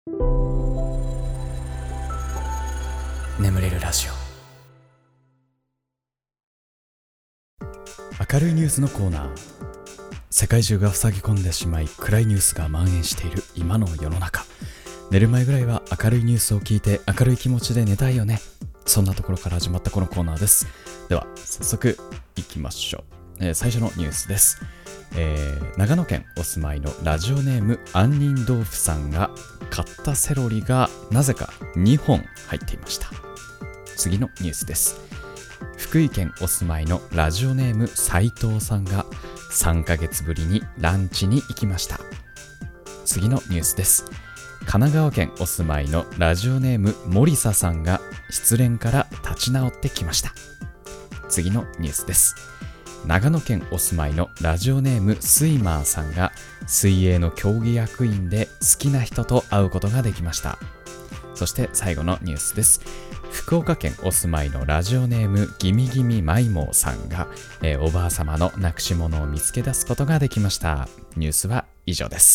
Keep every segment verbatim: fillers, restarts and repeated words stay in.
眠れるラジオ。明るいニュースのコーナー。世界中が塞ぎ込んでしまい暗いニュースが蔓延している今の世の中、寝る前ぐらいは明るいニュースを聞いて明るい気持ちで寝たいよね。そんなところから始まったこのコーナーです。では早速いきましょう。えー、最初のニュースです。えー、長野県お住まいのラジオネーム杏仁豆腐さんが買ったセロリがなぜかにほん入っていました。次のニュースです。福井県お住まいのラジオネーム斉藤さんがさんかげつぶりにランチに行きました。次のニュースです。神奈川県お住まいのラジオネーム森佐さんが失恋から立ち直ってきました。次のニュースです。長野県お住まいのラジオネームスイマーさんが水泳の競技役員で好きな人と会うことができました。そして最後のニュースです。福岡県お住まいのラジオネームギミギミマイモーさんが、えー、おばあ様のなくし物を見つけ出すことができました。ニュースは以上です。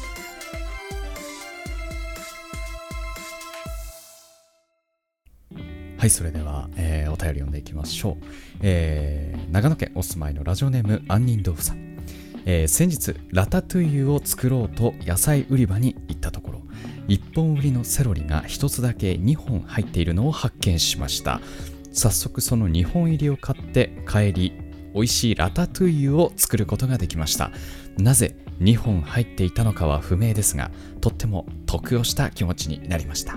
はい、それでは、えー、お便り読んでいきましょう。えー、長野県お住まいのラジオネーム杏仁豆腐さん、えー、先日ラタトゥイユを作ろうと野菜売り場に行ったところ、いっぽん売りのセロリがひとつだけにほん入っているのを発見しました。早速そのにほん入りを買って帰り、美味しいラタトゥイユを作ることができました。なぜにほん入っていたのかは不明ですが、とっても得をした気持ちになりました。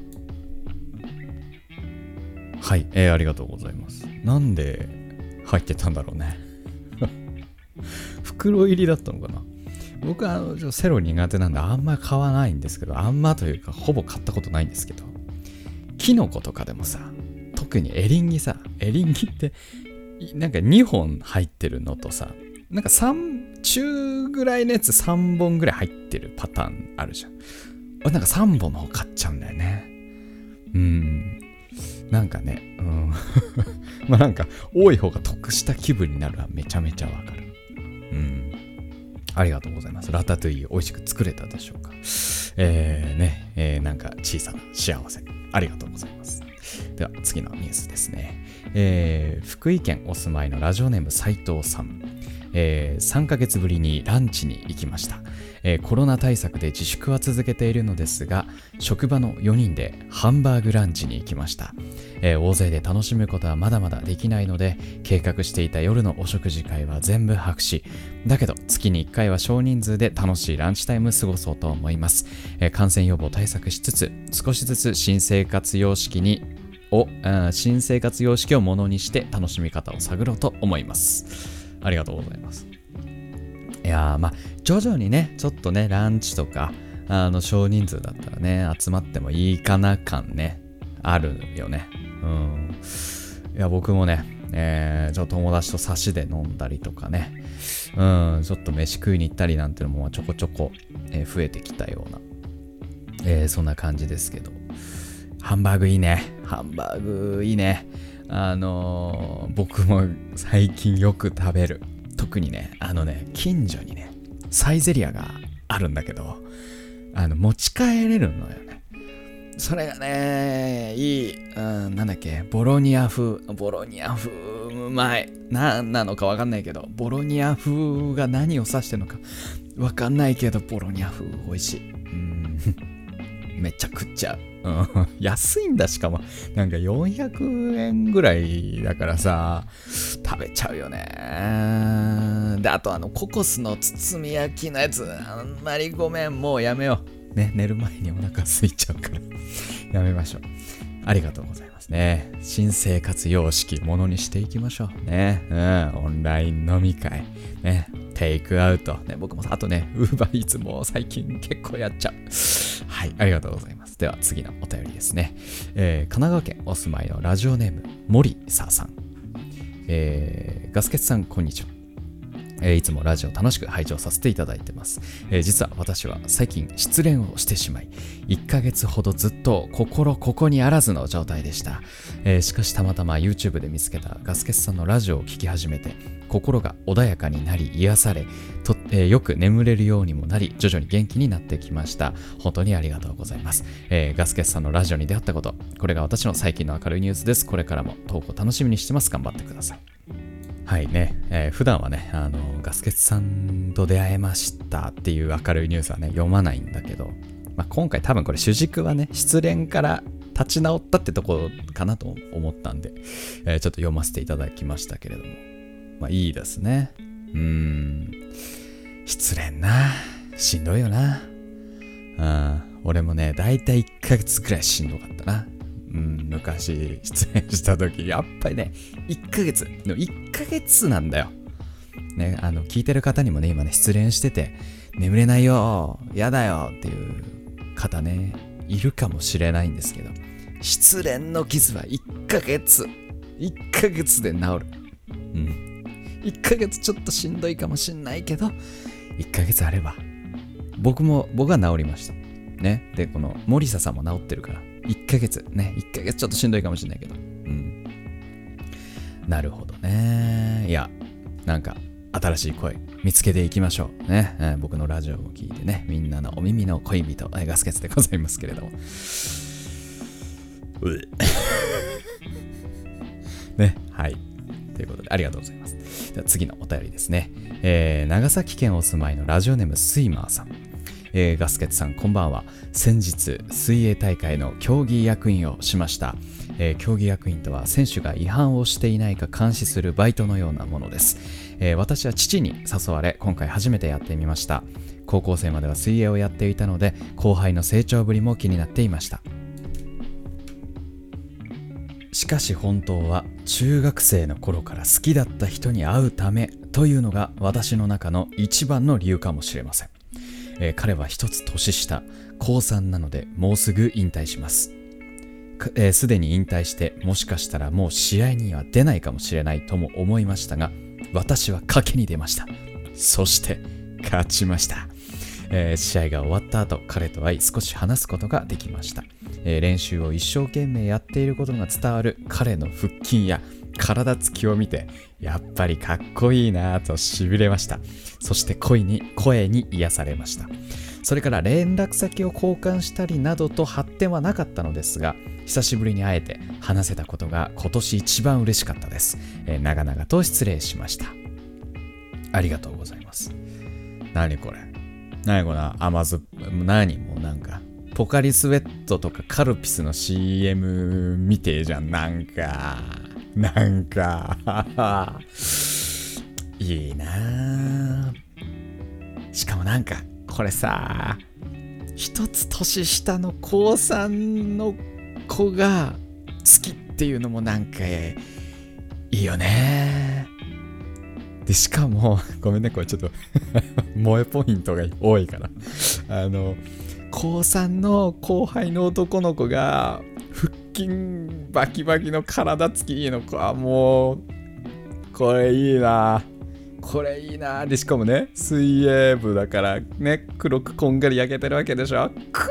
はい、えー、ありがとうございます。なんで入ってたんだろうね。袋入りだったのかな。僕はあのセロリ苦手なんであんま買わないんですけど、あんまというかほぼ買ったことないんですけど、キノコとかでもさ、特にエリンギさ、エリンギってなんかにほん入ってるのとさ、なんかさん中ぐらいのやつさんぼんぐらい入ってるパターンあるじゃん。俺なんかさんぼんの方買っちゃうんだよね。うーんなんかね、うん、まあなんか多い方が得した気分になるのはめちゃめちゃわかる。うん、ありがとうございます。ラタトゥイユ美味しく作れたでしょうか。えー、ね、えー、なんか小さな幸せありがとうございます。では次のニュースですね。えー、福井県お住まいのラジオネーム斉藤さん、えー、さんかげつぶりにランチに行きました。えー、コロナ対策で自粛は続けているのですが、職場のよにんでハンバーグランチに行きました。えー、大勢で楽しむことはまだまだできないので、計画していた夜のお食事会は全部白紙。だけど月にいっかいは少人数で楽しいランチタイム過ごそうと思います。えー、感染予防対策しつつ、少しずつ新生活様式にを新生活様式をものにして楽しみ方を探ろうと思います。ありがとうございます。いやー、まあ徐々にね、ちょっとね、ランチとかあの少人数だったらね、集まってもいいかな感ね、あるよね。うん。いや、僕もね、えー、ちょっと友達と差しで飲んだりとかね、うん、ちょっと飯食いに行ったりなんていうのもちょこちょこ、えー、増えてきたような、えー、そんな感じですけど、ハンバーグいいね。ハンバーグいいね。あのー、僕も最近よく食べる。特にね、あのね、近所にね、サイゼリアがあるんだけど、あの、持ち帰れるのよね。それがね、いい、うん、なんだっけ、ボロニア風、ボロニア風、うまい。なんなのかわかんないけど、ボロニア風が何を指してるのかわかんないけど、ボロニア風美味しい。うん、めっちゃ食っちゃう。うん、安いんだ。しかもなんかよんひゃくえんぐらいだからさ、食べちゃうよね。で、あとあのココスの包み焼きのやつ、あんまりごめん、もうやめようね。寝る前にお腹空いちゃうからやめましょう。ありがとうございますね。新生活様式ものにしていきましょうね。うん、オンライン飲み会ね、テイクアウトね、僕もあとね、ウーバーイーツも最近結構やっちゃう。はい、ありがとうございます。では次のお便りですね。えー、神奈川県お住まいのラジオネーム森佐さん、えー、ガスケツさんこんにちは。 えー、いつもラジオ楽しく拝聴させていただいてます、えー、実は私は最近失恋をしてしまいいっかげつほどずっと心ここにあらずの状態でした、えー、しかしたまたま YouTube で見つけたガスケツさんのラジオを聞き始めて心が穏やかになり癒されと、えー、よく眠れるようにもなり徐々に元気になってきました。本当にありがとうございます、えー、ガスケツさんのラジオに出会ったこと、これが私の最近の明るいニュースです。これからも投稿楽しみにしてます。頑張ってください。はいね、えー、普段はねあのガスケツさんと出会えましたっていう明るいニュースはね読まないんだけど、まあ、今回多分これ主軸はね失恋から立ち直ったってところかなと思ったんで、えー、ちょっと読ませていただきましたけれども、まあいいですね。うーん失恋なしんどいよな。あ俺もねだいたいいっかげつくらいしんどかったな。うん、昔失恋した時やっぱりねいっかげつのいっかげつなんだよね。あの聞いてる方にもね今ね失恋してて眠れないよやだよっていう方ねいるかもしれないんですけど、失恋の傷はいっかげついっかげつで治る。うんいっかげつちょっとしんどいかもしんないけどいっかげつあれば僕も僕は治りましたね。でこの森佐さんも治ってるからいっかげつね、いっかげつちょっとしんどいかもしれないけど、うん。なるほどね。いや、なんか新しい声見つけていきましょうね。えー、僕のラジオを聞いてね、みんなのお耳の恋人、えー、ガスケツでございますけれども。うね、はい。ということでありがとうございます。では次のお便りですね。えー、長崎県お住まいのラジオネームスイマーさん。えー、ガスケツさんこんばんは。先日水泳大会の競技役員をしました、えー、競技役員とは選手が違反をしていないか監視するバイトのようなものです、えー、私は父に誘われ今回初めてやってみました。高校生までは水泳をやっていたので後輩の成長ぶりも気になっていました。しかし本当は中学生の頃から好きだった人に会うためというのが私の中の一番の理由かもしれません。えー、彼は一つ年下こうさんなのでもうすぐ引退します。すで、えー、に引退してもしかしたらもう試合には出ないかもしれないとも思いましたが私は賭けに出ました。そして勝ちました、えー、試合が終わった後彼と会い少し話すことができました、えー、練習を一生懸命やっていることが伝わる彼の腹筋や体つきを見てやっぱりかっこいいなぁと痺れました。そして声に声に癒されました。それから連絡先を交換したりなどと発展はなかったのですが久しぶりに会えて話せたことが今年一番嬉しかったです、えー、長々と失礼しました。ありがとうございます。何これ何この甘酸っぱい何もうなんかポカリスエットとかカルピスの シーエム みてえじゃん。なんかなんかいいな。しかもなんかこれさ一つ年下の高さんの子が好きっていうのもなんかいいよね。でしかもごめんねこれちょっと萌えポイントが多いからあの高さんの後輩の男の子が腹筋バキバキの体つきの子はもうこれいいなこれいいな。でしかもね水泳部だからね黒くこんがり焼けてるわけでしょ。く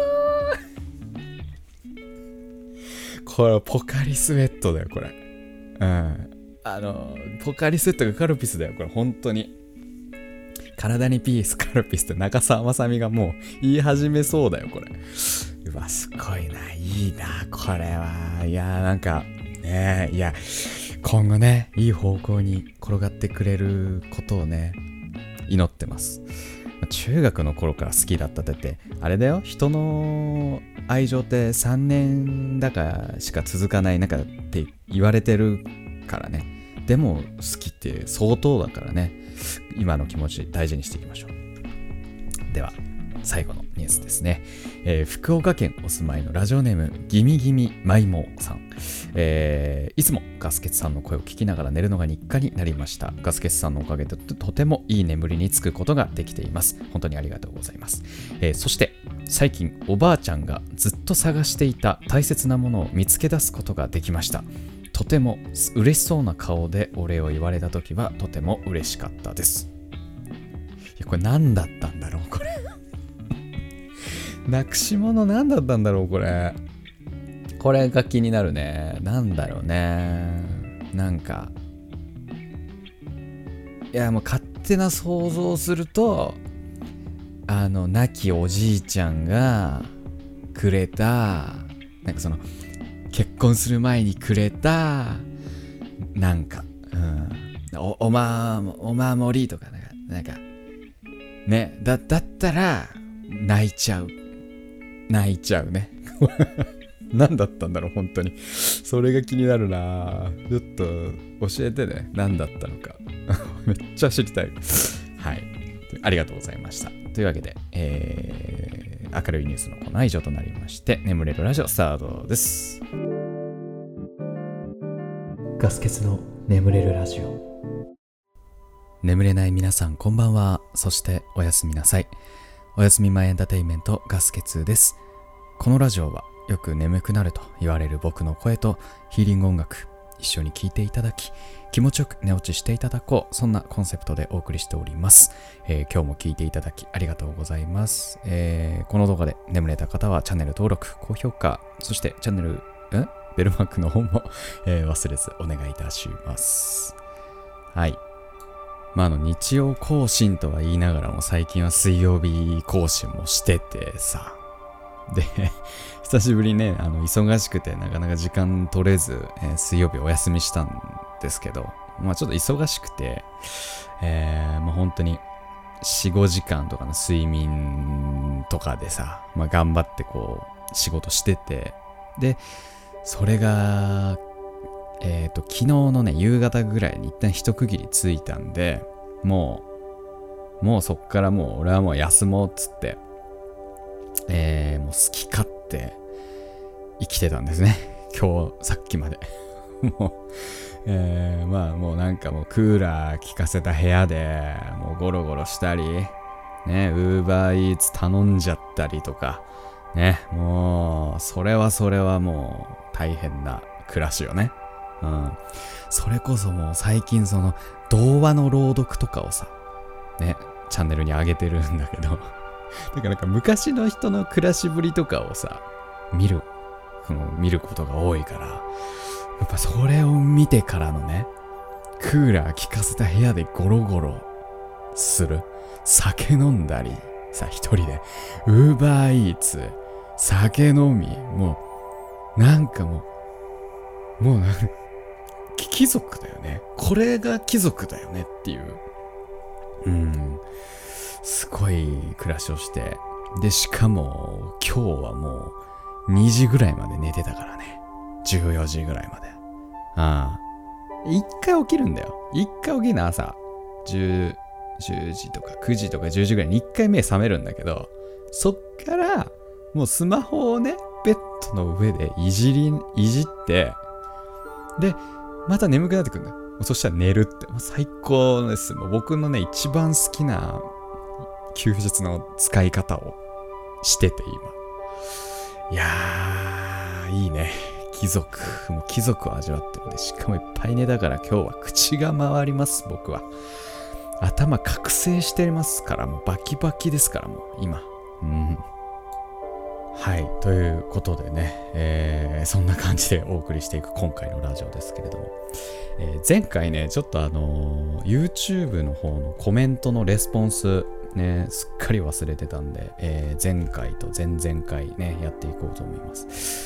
ーこれポカリスエットだよこれ。うんあのポカリスエットがカルピスだよこれ本当に。体にピースカルピスって長澤まさみがもう言い始めそうだよこれ。うわすごいないいなこれは。いやなんかねいや今後ねいい方向に転がってくれることをね祈ってます。中学の頃から好きだったってってあれだよ。人の愛情ってさんねんだかしか続かないなんかって言われてるからね。でも好きって相当だからね。今の気持ち大事にしていきましょう。では最後のニュースですね、えー、福岡県お住まいのラジオネームギミギミマイモーさん、えー、いつもガスケツさんの声を聞きながら寝るのが日課になりました。ガスケツさんのおかげで と, とてもいい眠りにつくことができています。本当にありがとうございます、えー、そして最近おばあちゃんがずっと探していた大切なものを見つけ出すことができました。とても嬉しそうな顔でお礼を言われたときはとても嬉しかったです。 これ何だったんだろうこれなくし物何だったんだろうこれこれが気になるね。なんだろうね。なんかいやもう勝手な想像するとあの亡きおじいちゃんがくれたなんかその結婚する前にくれたなんか、うん、お, おまお守りとかなんかなんかねだだったら泣いちゃう泣いちゃうね何だったんだろう本当にそれが気になるな。ちょっと教えてね何だったのかめっちゃ知りたい。はいありがとうございました。というわけで、えー、明るいニュースのコーナーは以上となりまして眠れるラジオスタートです。 ガス欠の眠れるラジオ。 眠れない皆さんこんばんは。そしておやすみなさい。おやすみ前エンターテインメントガス欠です。このラジオはよく眠くなると言われる僕の声とヒーリング音楽一緒に聴いていただき気持ちよく寝落ちしていただこうそんなコンセプトでお送りしております。えー、今日も聴いていただきありがとうございます。えー、この動画で眠れた方はチャンネル登録高評価そしてチャンネルんベルマークの方も、えー、忘れずお願いいたします。はい。まあ、あの日曜更新とは言いながらも最近は水曜日更新もしててさ。で、久しぶりね、あの忙しくてなかなか時間取れず、えー、水曜日お休みしたんですけど、まあちょっと忙しくて、えー、まあ本当によん、ごじかんとかの睡眠とかでさ、まあ頑張ってこう仕事してて、で、それが、えっと、昨日のね、夕方ぐらいに一旦一区切りついたんで、もう、もうそっからもう俺はもう休もうっつって、えー、もう好き勝手生きてたんですね。今日、さっきまで。もう、えー、まあもうなんかもうクーラー効かせた部屋でもうゴロゴロしたり、ね、ウーバーイーツ頼んじゃったりとか、ね、もう、それはそれはもう大変な暮らしよね。うん。それこそもう最近その童話の朗読とかをさ、ね、チャンネルに上げてるんだけど、だからなんか昔の人の暮らしぶりとかをさ、見る、その見ることが多いから、やっぱそれを見てからのね、クーラー効かせた部屋でゴロゴロする、酒飲んだり、さ、一人で、ウーバーイーツ、酒飲み、もう、なんかもう、もうなんか、貴族だよね。これが貴族だよねっていう。うん。すごい暮らしをして。で、しかも、今日はもう、にじぐらいまで寝てたからね。じゅうよじぐらいまで。ああ。一回起きるんだよ。一回起きるの朝。じゅう、じゅうじとかくじとかじゅうじぐらいに一回目覚めるんだけど、そっから、もうスマホをね、ベッドの上でいじり、いじって、で、また眠くなってくるんだよ。そしたら寝るって。もう最高です。もう僕のね、一番好きな休日の使い方をしてて、今。いやー、いいね。貴族。もう貴族を味わってるんで、しかもいっぱい寝だから今日は口が回ります、僕は。頭覚醒してますから、もうバキバキですから、もう今。うん。はい。ということでね、えー、そんな感じでお送りしていく今回のラジオですけれども、えー、前回ね、ちょっとあのー、YouTube の方のコメントのレスポンスね、すっかり忘れてたんで、えー、前回と前々回ね、やっていこうと思います。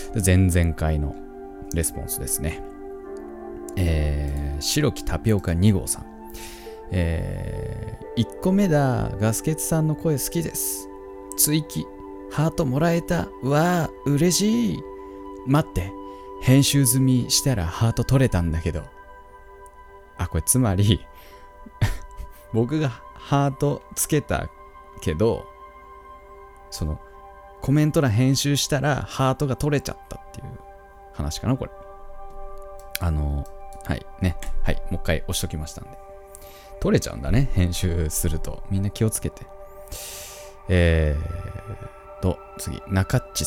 で前々回のレスポンスですね。えー、白木タピオカに号さん。えー、いっこめだ、ガスケツさんの声好きです。追記。ハートもらえた。わあ、嬉しい。待って、編集済みしたらハート取れたんだけど。あ、これつまり、僕がハートつけたけど、その、コメント欄編集したらハートが取れちゃったっていう話かな、これ。あの、はい、ね。はい、もう一回押しときましたんで。取れちゃうんだね、編集すると。みんな気をつけて。えー、と次中っちさん、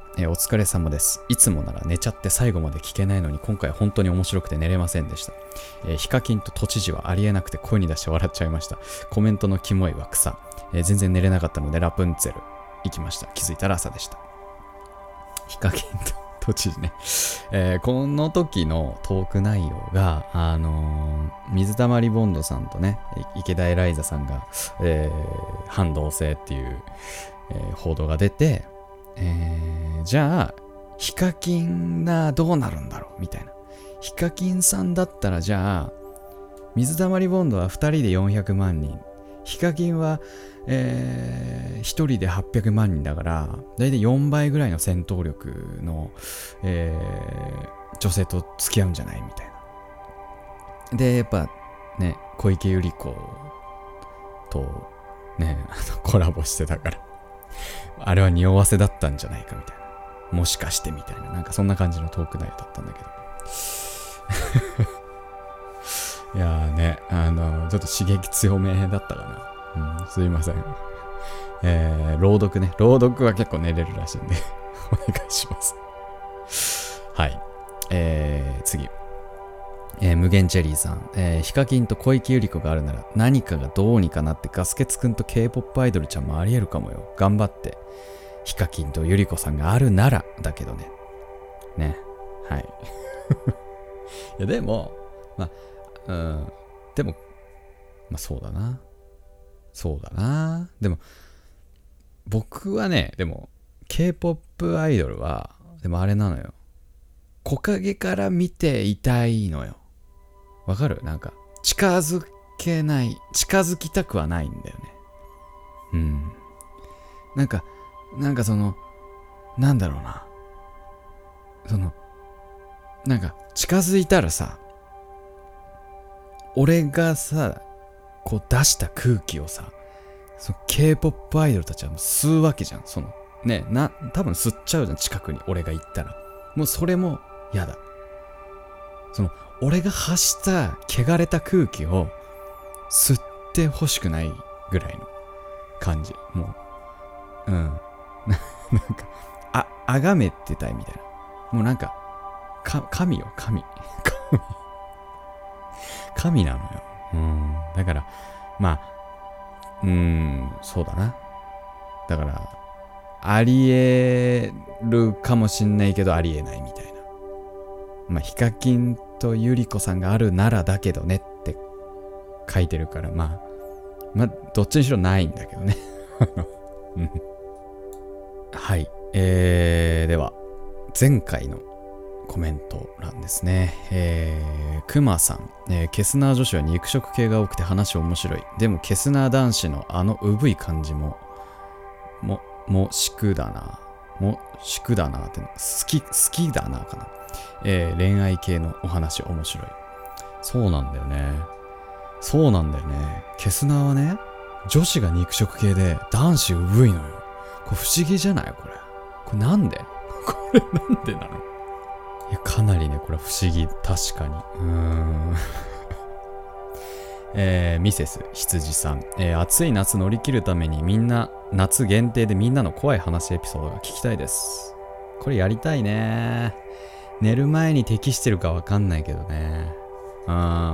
えーお疲れ様です。いつもなら寝ちゃって最後まで聞けないのに今回本当に面白くて寝れませんでした。えーヒカキンと都知事はありえなくて声に出して笑っちゃいました。コメントのキモいは草。えー全然寝れなかったのでラプンツェル行きました。気づいたら朝でした。ヒカキンと都知事ね。えーこの時のトーク内容が、あのー水溜りボンドさんとね、池田エライザさんが、えー反同性っていう、えー報道が出て、えーじゃあ、ヒカキンがどうなるんだろうみたいな。ヒカキンさんだったら、じゃあ、水溜りボンドはふたりでよんひゃくまんにん。ヒカキンは、えー、ひとりではっぴゃくまんにんだから、だいたいよんばいぐらいの戦闘力の、えー女性と付き合うんじゃないみたいな。で、やっぱね、小池百合子とね、あのコラボしてたから、あれは匂わせだったんじゃないかみたいな。もしかしてみたいな。なんかそんな感じのトーク内容だったんだけど。いやーね、あの、ちょっと刺激強めだったかな。うん、すいません。えー、朗読ね。朗読は結構寝れるらしいんで、お願いします。はい。えー、次。えー、無限チェリーさん。えー、ヒカキンと小池百合子があるなら、何かがどうにかなってガスケツくんと K-ポップ アイドルちゃんもあり得るかもよ。頑張って。ヒカキンと百合子さんがあるなら、だけどね。ね。はい。いや、でも、まあ、うん。でも、まあそうだな。そうだな。でも、僕はね、でも、K-ポップ アイドルは、でもあれなのよ。木陰から見ていたいのよ。わかる？なんか、近づけない、近づきたくはないんだよね。うん。なんか、なんかその、なんだろうな。その、なんか、近づいたらさ、俺がさ、こう出した空気をさ、その K-ポップ アイドルたちはもう吸うわけじゃん。その、ね、な、多分吸っちゃうじゃん、近くに俺が行ったら。もうそれも嫌だ。その、俺が発した汚れた空気を吸ってほしくないぐらいの感じ。もう、うん。なんか、あ、あがめてたいみたいな。もうなんか、か、神よ、神。神。神なのよ。うん。だから、まあ、うーん、そうだな。だから、ありえるかもしんないけど、ありえないみたいな。まあ、ヒカキンとユリコさんがあるならだけどねって書いてるから、まあ、まあ、どっちにしろないんだけどね。うん、はい。えー、では、前回のコメント欄ですね。えー、クマさん、えー、ケスナー女子は肉食系が多くて話面白い。でもケスナー男子のあのうぶい感じも、も、もしくだな。もしくだなっての、好き、好きだなかな。えー、恋愛系のお話面白い。そうなんだよね。そうなんだよね。ケスナーはね、女子が肉食系で男子うぶいのよ。これ不思議じゃないこれ。これなんでこれなんでなの？いや、かなりね、これは不思議。確かに。うーん。えー、ミセス羊さん、えー、暑い夏乗り切るためにみんな、夏限定でみんなの怖い話エピソードが聞きたいです。これやりたいね。寝る前に適してるかわかんないけどね。うん、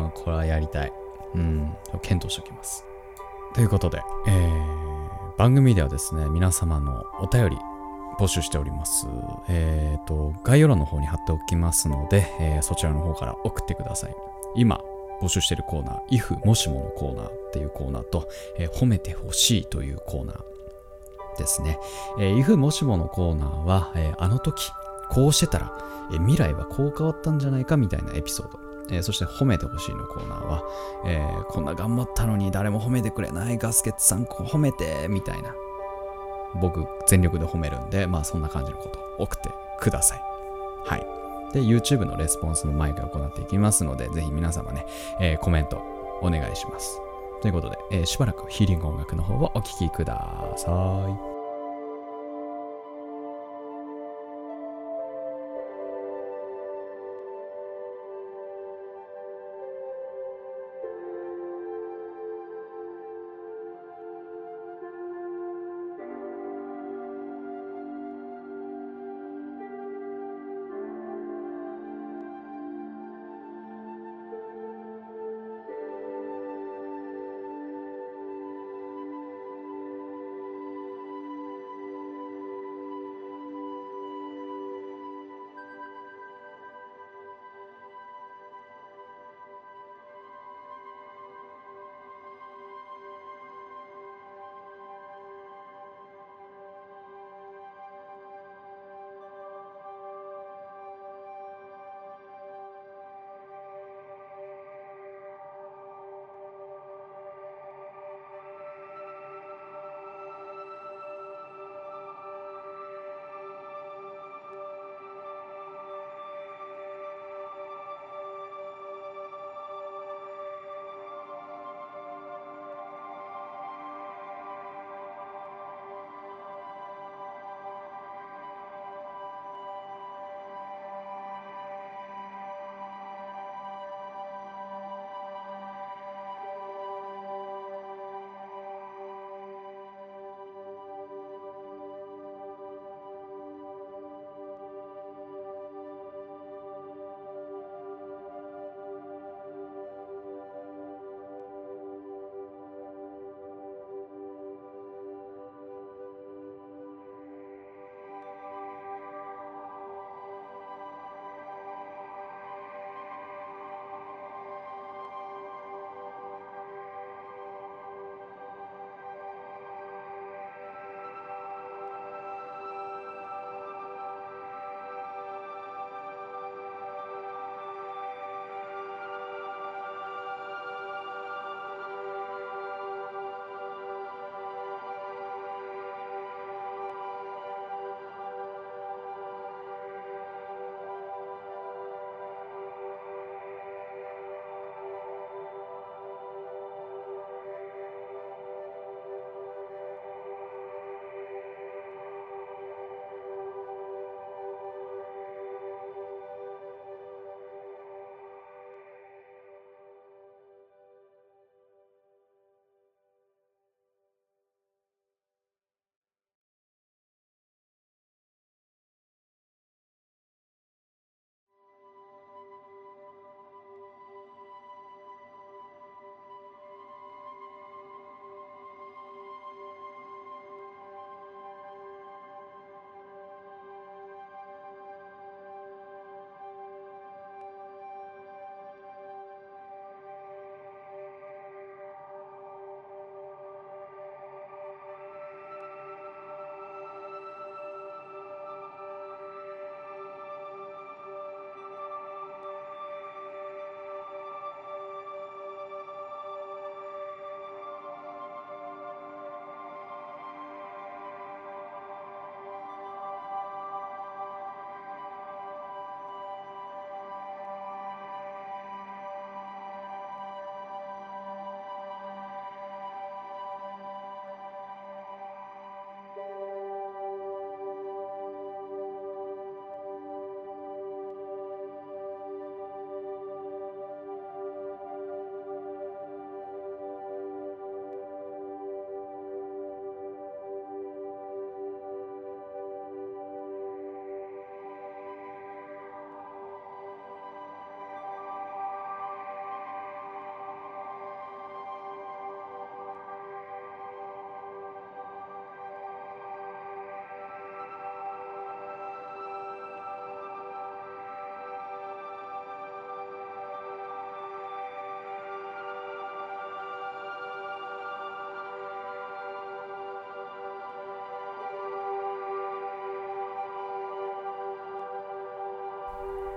これはやりたい。うん、検討しておきます。ということで、えー、番組ではですね、皆様のお便り募集しております。えーと、概要欄の方に貼っておきますので、えー、そちらの方から送ってください。今、募集しているコーナー、イフ もしものコーナーっていうコーナーと、えー、褒めてほしいというコーナーですね。えー、イフ もしものコーナーは、えー、あの時、こうしてたら、えー、未来はこう変わったんじゃないかみたいなエピソード。えー、そして褒めてほしいのコーナーは、えー、こんな頑張ったのに誰も褒めてくれないガスケツさん褒めてみたいな。僕全力で褒めるんで、まあそんな感じのことを送ってください。はい。で、YouTube のレスポンスも毎回行っていきますので、ぜひ皆様ね、えー、コメントお願いします。ということで、えー、しばらくヒーリング音楽の方をお聴きください。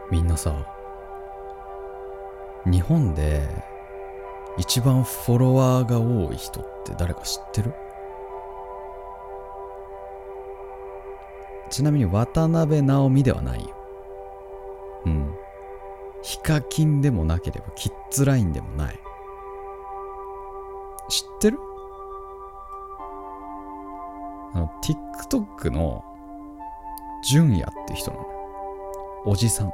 みんなさ、日本で一番フォロワーが多い人って誰か知ってる？ちなみに渡辺直美ではないよ。うん。ヒカキンでもなければキッズラインでもない。知ってる？あの TikTok の純也って人なの。おじさん。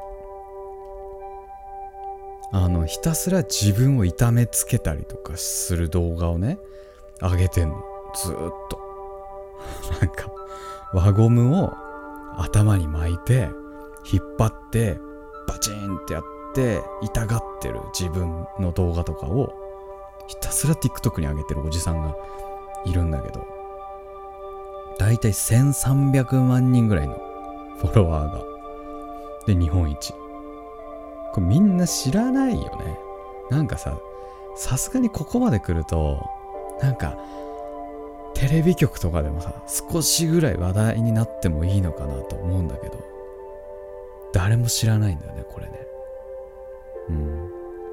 あのひたすら自分を痛めつけたりとかする動画をね上げてんの。ずーっとなんか輪ゴムを頭に巻いて引っ張ってバチンってやって痛がってる自分の動画とかをひたすら TikTok に上げてるおじさんがいるんだけど、だいたいせんさんびゃくまんにんぐらいのフォロワーがで日本一。これみんな知らないよね。なんかさ、さすがにここまで来るとなんかテレビ局とかでもさ少しぐらい話題になってもいいのかなと思うんだけど、誰も知らないんだよねこれね。うん。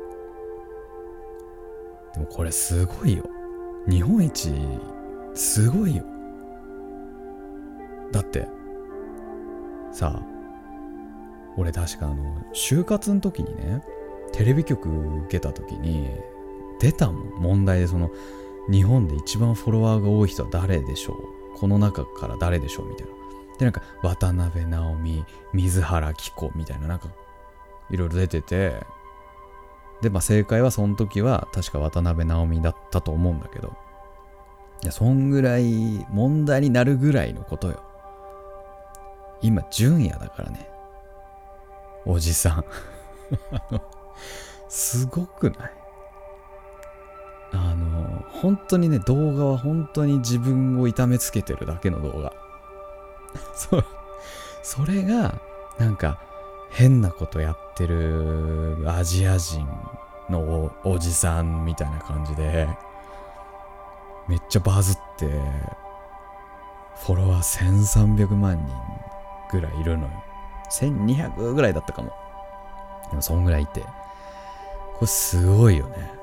でもこれすごいよ。日本一すごいよ。だってさあ、俺確かあの就活の時にねテレビ局受けた時に出たもん、問題で。その日本で一番フォロワーが多い人は誰でしょう、この中から誰でしょうみたいな。でなんか渡辺直美、水原希子みたいななんかいろいろ出てて、でまあ正解はその時は確か渡辺直美だったと思うんだけど、いやそんぐらい問題になるぐらいのことよ。今純也だからね、おじさんすごくない？あの本当にね、動画は本当に自分を痛めつけてるだけの動画そ, それがなんか変なことやってるアジア人の お, おじさんみたいな感じでめっちゃバズって、フォロワーせんさんびゃくまんにんぐらいいるのよ。せんにひゃくぐらいだったかも。でもそんぐらいいて、これすごいよね。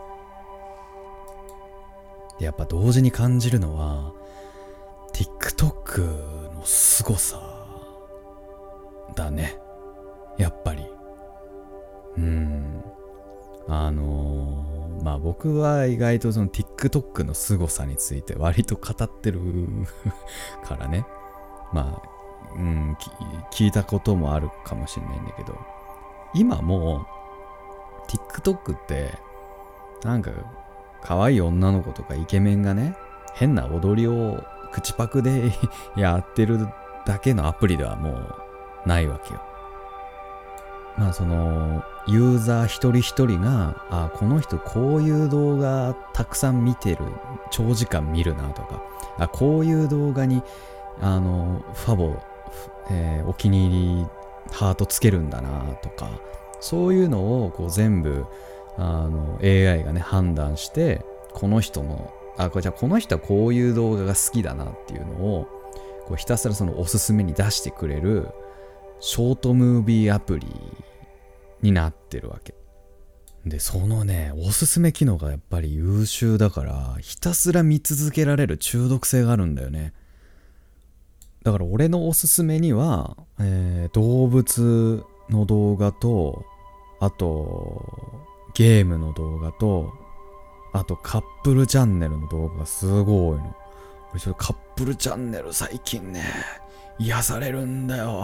やっぱ同時に感じるのは TikTok の凄さだね、やっぱり。うーんあのー、まあ僕は意外とその TikTok の凄さについて割と語ってるからね、まあうん、聞いたこともあるかもしれないんだけど、今もう TikTok ってなんか可愛い女の子とかイケメンがね変な踊りを口パクでやってるだけのアプリではもうないわけよ。まあそのユーザー一人一人が、あこの人こういう動画たくさん見てる、長時間見るなとか、あこういう動画にあのファボ、えー、お気に入りハートつけるんだなとか、そういうのをこう全部あの エーアイ がね判断して、この人のあこれじゃあこの人はこういう動画が好きだなっていうのをこうひたすらそのおすすめに出してくれるショートムービーアプリになってるわけで、そのねおすすめ機能がやっぱり優秀だから、ひたすら見続けられる中毒性があるんだよね。だから俺のおすすめには、えー、動物の動画と、あとゲームの動画と、あとカップルチャンネルの動画がすごい多いの。俺ちょっとカップルチャンネル最近ね癒されるんだよ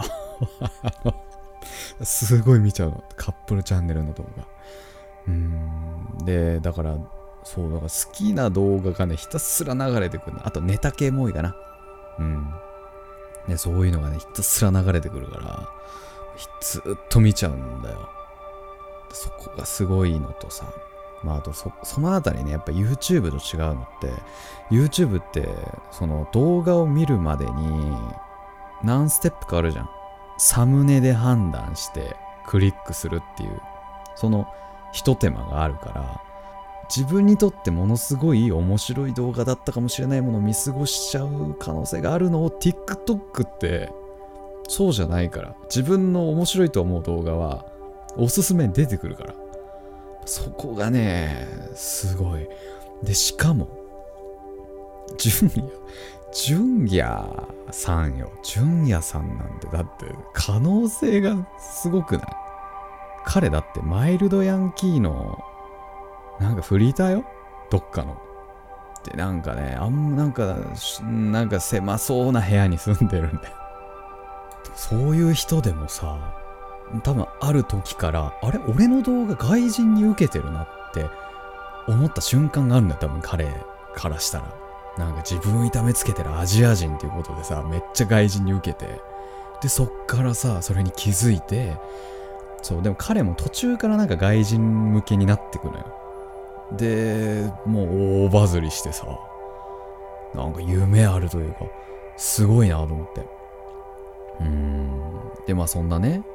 すごい見ちゃうの、カップルチャンネルの動画。うーんでだからそうだから好きな動画がねひたすら流れてくるの。あとネタ系も多いかな。うんでそういうのがねひたすら流れてくるからずっと見ちゃうんだよ。そこがすごいのとさ、まああと そ, そのあたりねやっぱ YouTube と違うのって、 YouTube ってその動画を見るまでに何ステップかあるじゃん。サムネで判断してクリックするっていうその一手間があるから、自分にとってものすごい面白い動画だったかもしれないものを見過ごしちゃう可能性があるのを TikTok ってそうじゃないから、自分の面白いと思う動画はおすすめに出てくるから、そこがねすごい。でしかも純也純也さんよ純也さんなんて、だって可能性がすごくない？彼だってマイルドヤンキーのなんかフリーターよ、どっかの。でなんかね、あんなんかなんか狭そうな部屋に住んでるんだよ。そういう人でもさ、多分ある時からあれ俺の動画外人に受けてるなって思った瞬間があるんだよ、多分彼からしたら。なんか自分を痛めつけてるアジア人っていうことでさ、めっちゃ外人に受けて、でそっからさそれに気づいて、そうでも彼も途中からなんか外人向けになってくのよ。でもう大バズりしてさ、なんか夢あるというかすごいなと思って。うーんでまあそんなね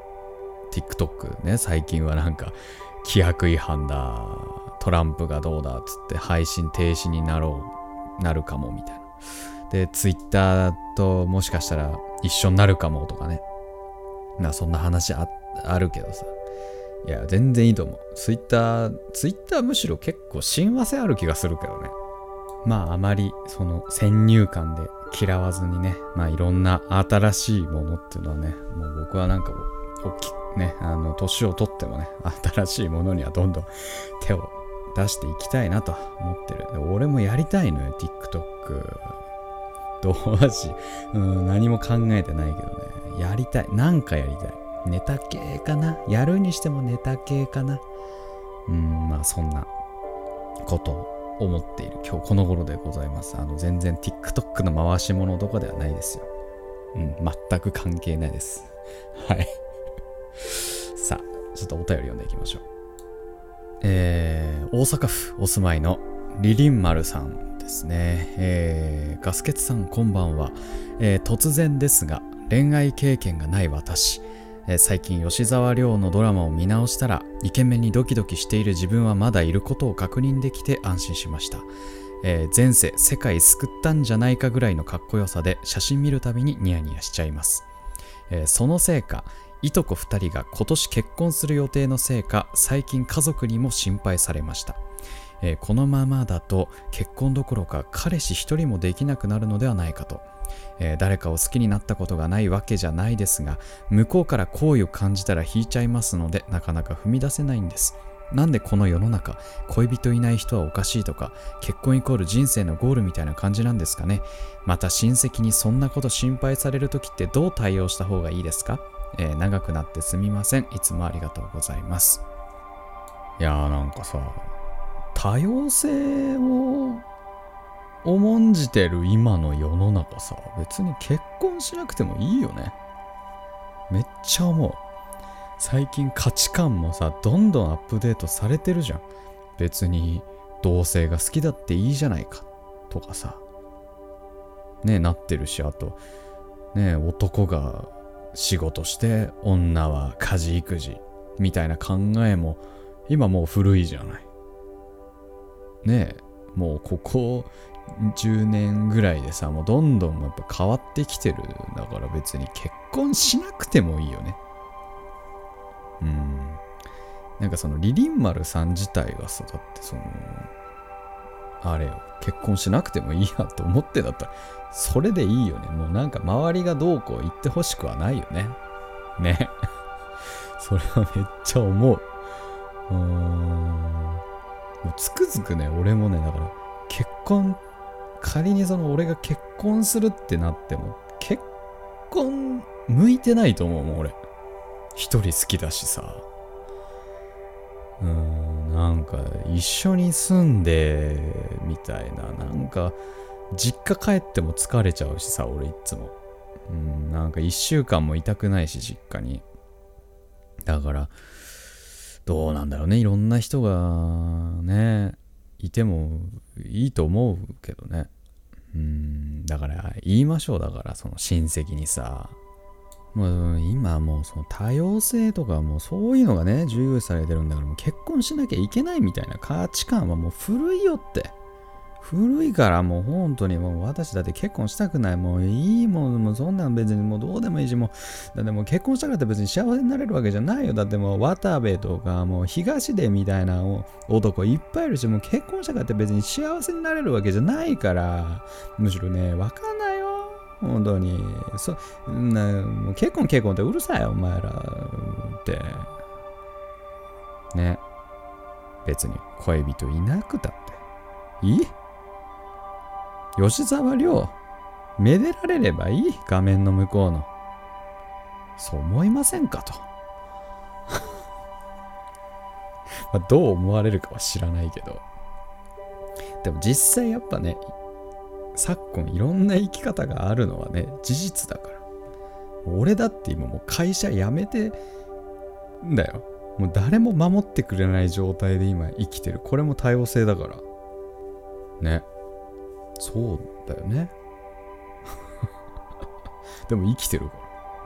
TikTok ね、最近はなんか規約違反だ、トランプがどうだっつって配信停止になろうなるかもみたいな。で Twitter ともしかしたら一緒になるかもとかね、なそんな話 あ, あるけどさ、いや全然いいと思う。 Twitter Twitter むしろ結構親和性ある気がするけどね。まああまりその先入観で嫌わずにね、まあいろんな新しいものっていうのはね、もう僕はなんか大きくね、あの年をとってもね、新しいものにはどんどん手を出していきたいなと思ってる。で俺もやりたいのよ TikTok。 どうし、うん、何も考えてないけどね、やりたい、なんかやりたい。ネタ系かな、やるにしてもネタ系かな。うん、まあそんなことを思っている今日この頃でございます。あの全然 TikTok の回し物とかではないですよ。うん、全く関係ないです。はいさあちょっとお便り読んでいきましょう。えー、大阪府お住まいのリリンマルさんですね。えー、ガスケツさんこんばんは。えー、突然ですが恋愛経験がない私、えー、最近吉沢亮のドラマを見直したらイケメンにドキドキしている自分はまだいることを確認できて安心しました。えー、前世世界救ったんじゃないかぐらいのかっこよさで写真見るたびにニヤニヤしちゃいます。えー、そのせいかいとこふたりが今年結婚する予定のせいか最近家族にも心配されました。えー、このままだと結婚どころか彼氏一人もできなくなるのではないかと。えー、誰かを好きになったことがないわけじゃないですが、向こうから好意を感じたら引いちゃいますのでなかなか踏み出せないんです。なんでこの世の中恋人いない人はおかしいとか結婚イコール人生のゴールみたいな感じなんですかね。また親戚にそんなこと心配されるときってどう対応した方がいいですか。えー、長くなってすみません。いつもありがとうございます。いやーなんかさ、多様性を重んじてる今の世の中さ、別に結婚しなくてもいいよね。めっちゃ思う。最近価値観もさどんどんアップデートされてるじゃん。別に同性が好きだっていいじゃないかとかさね、なってるし、あとね、男が仕事して女は家事育児みたいな考えも今もう古いじゃないね。えもうここじゅうねんぐらいでさ、もうどんどんやっぱ変わってきてる。だから別に結婚しなくてもいいよね。うん。なんかそのリリンマルさん自体がさ、だってそのあれよ、結婚しなくてもいいやと思ってだったらそれでいいよね。もうなんか周りがどうこう言ってほしくはないよね。ね。それはめっちゃ思う。うーん。もうつくづくね、俺もね、だから結婚、仮にその俺が結婚するってなっても結婚向いてないと思うもん俺。一人好きだしさ。うーん、なんか一緒に住んでみたいな、なんか実家帰っても疲れちゃうしさ、俺いつも。うん、なんか一週間もいたくないし実家に。だからどうなんだろうね。いろんな人がねいてもいいと思うけどね。うーん、だから言いましょう。だからその親戚にさ、もう今もうその多様性とかもうそういうのがね重要視されてるんだから、もう結婚しなきゃいけないみたいな価値観はもう古いよって。 古いからもう本当にもう私だって結婚したくない。もういいもん、もうそんなん別にもうどうでもいいし、もうだってもう結婚したからって別に幸せになれるわけじゃないよ。だってもう渡部とかもう東出みたいな男いっぱいいるし、もう結婚したからって別に幸せになれるわけじゃないから、むしろね、わかんないよ。本当に。そなもう結婚結婚ってうるさいよ、お前らって。ね。別に恋人いなくたっていい？吉沢亮、めでられればいい、画面の向こうの。そう思いませんかと。まあどう思われるかは知らないけど。でも実際やっぱね、昨今いろんな生き方があるのはね、事実だから。俺だって今もう会社辞めてんだよ。もう誰も守ってくれない状態で今生きてる。これも多様性だから。ね。そうだよね。でも生きてるから。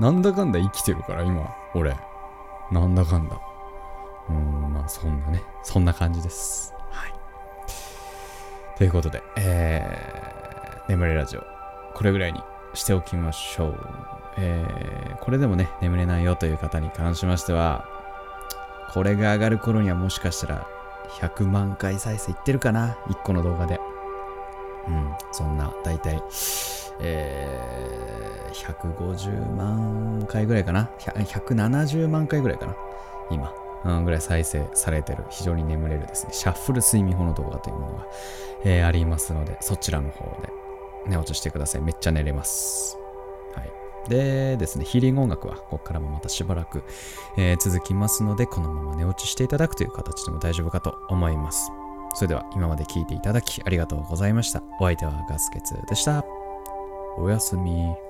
なんだかんだ生きてるから今、俺。なんだかんだ。うーん、まあそんなね。そんな感じです。はい。ということで、えー、眠れラジオ。これぐらいにしておきましょう。えー、これでもね、眠れないよという方に関しましては、これが上がる頃にはもしかしたらひゃくまんかい再生いってるかな、いっこの動画で。うん、そんな大体、えー、ひゃくごじゅうまんかいぐらいかな、ひゃくななじゅうまんかいぐらいかな、今、うん、ぐらい再生されてる非常に眠れるですね、シャッフル睡眠法の動画というものが、えー、ありますので、そちらの方で寝落ちしてください。めっちゃ寝れます。はい。でですね、ヒーリング音楽はここからもまたしばらく、えー、続きますので、このまま寝落ちしていただくという形でも大丈夫かと思います。それでは今まで聞いていただきありがとうございました。お相手はガスケツでした。おやすみ。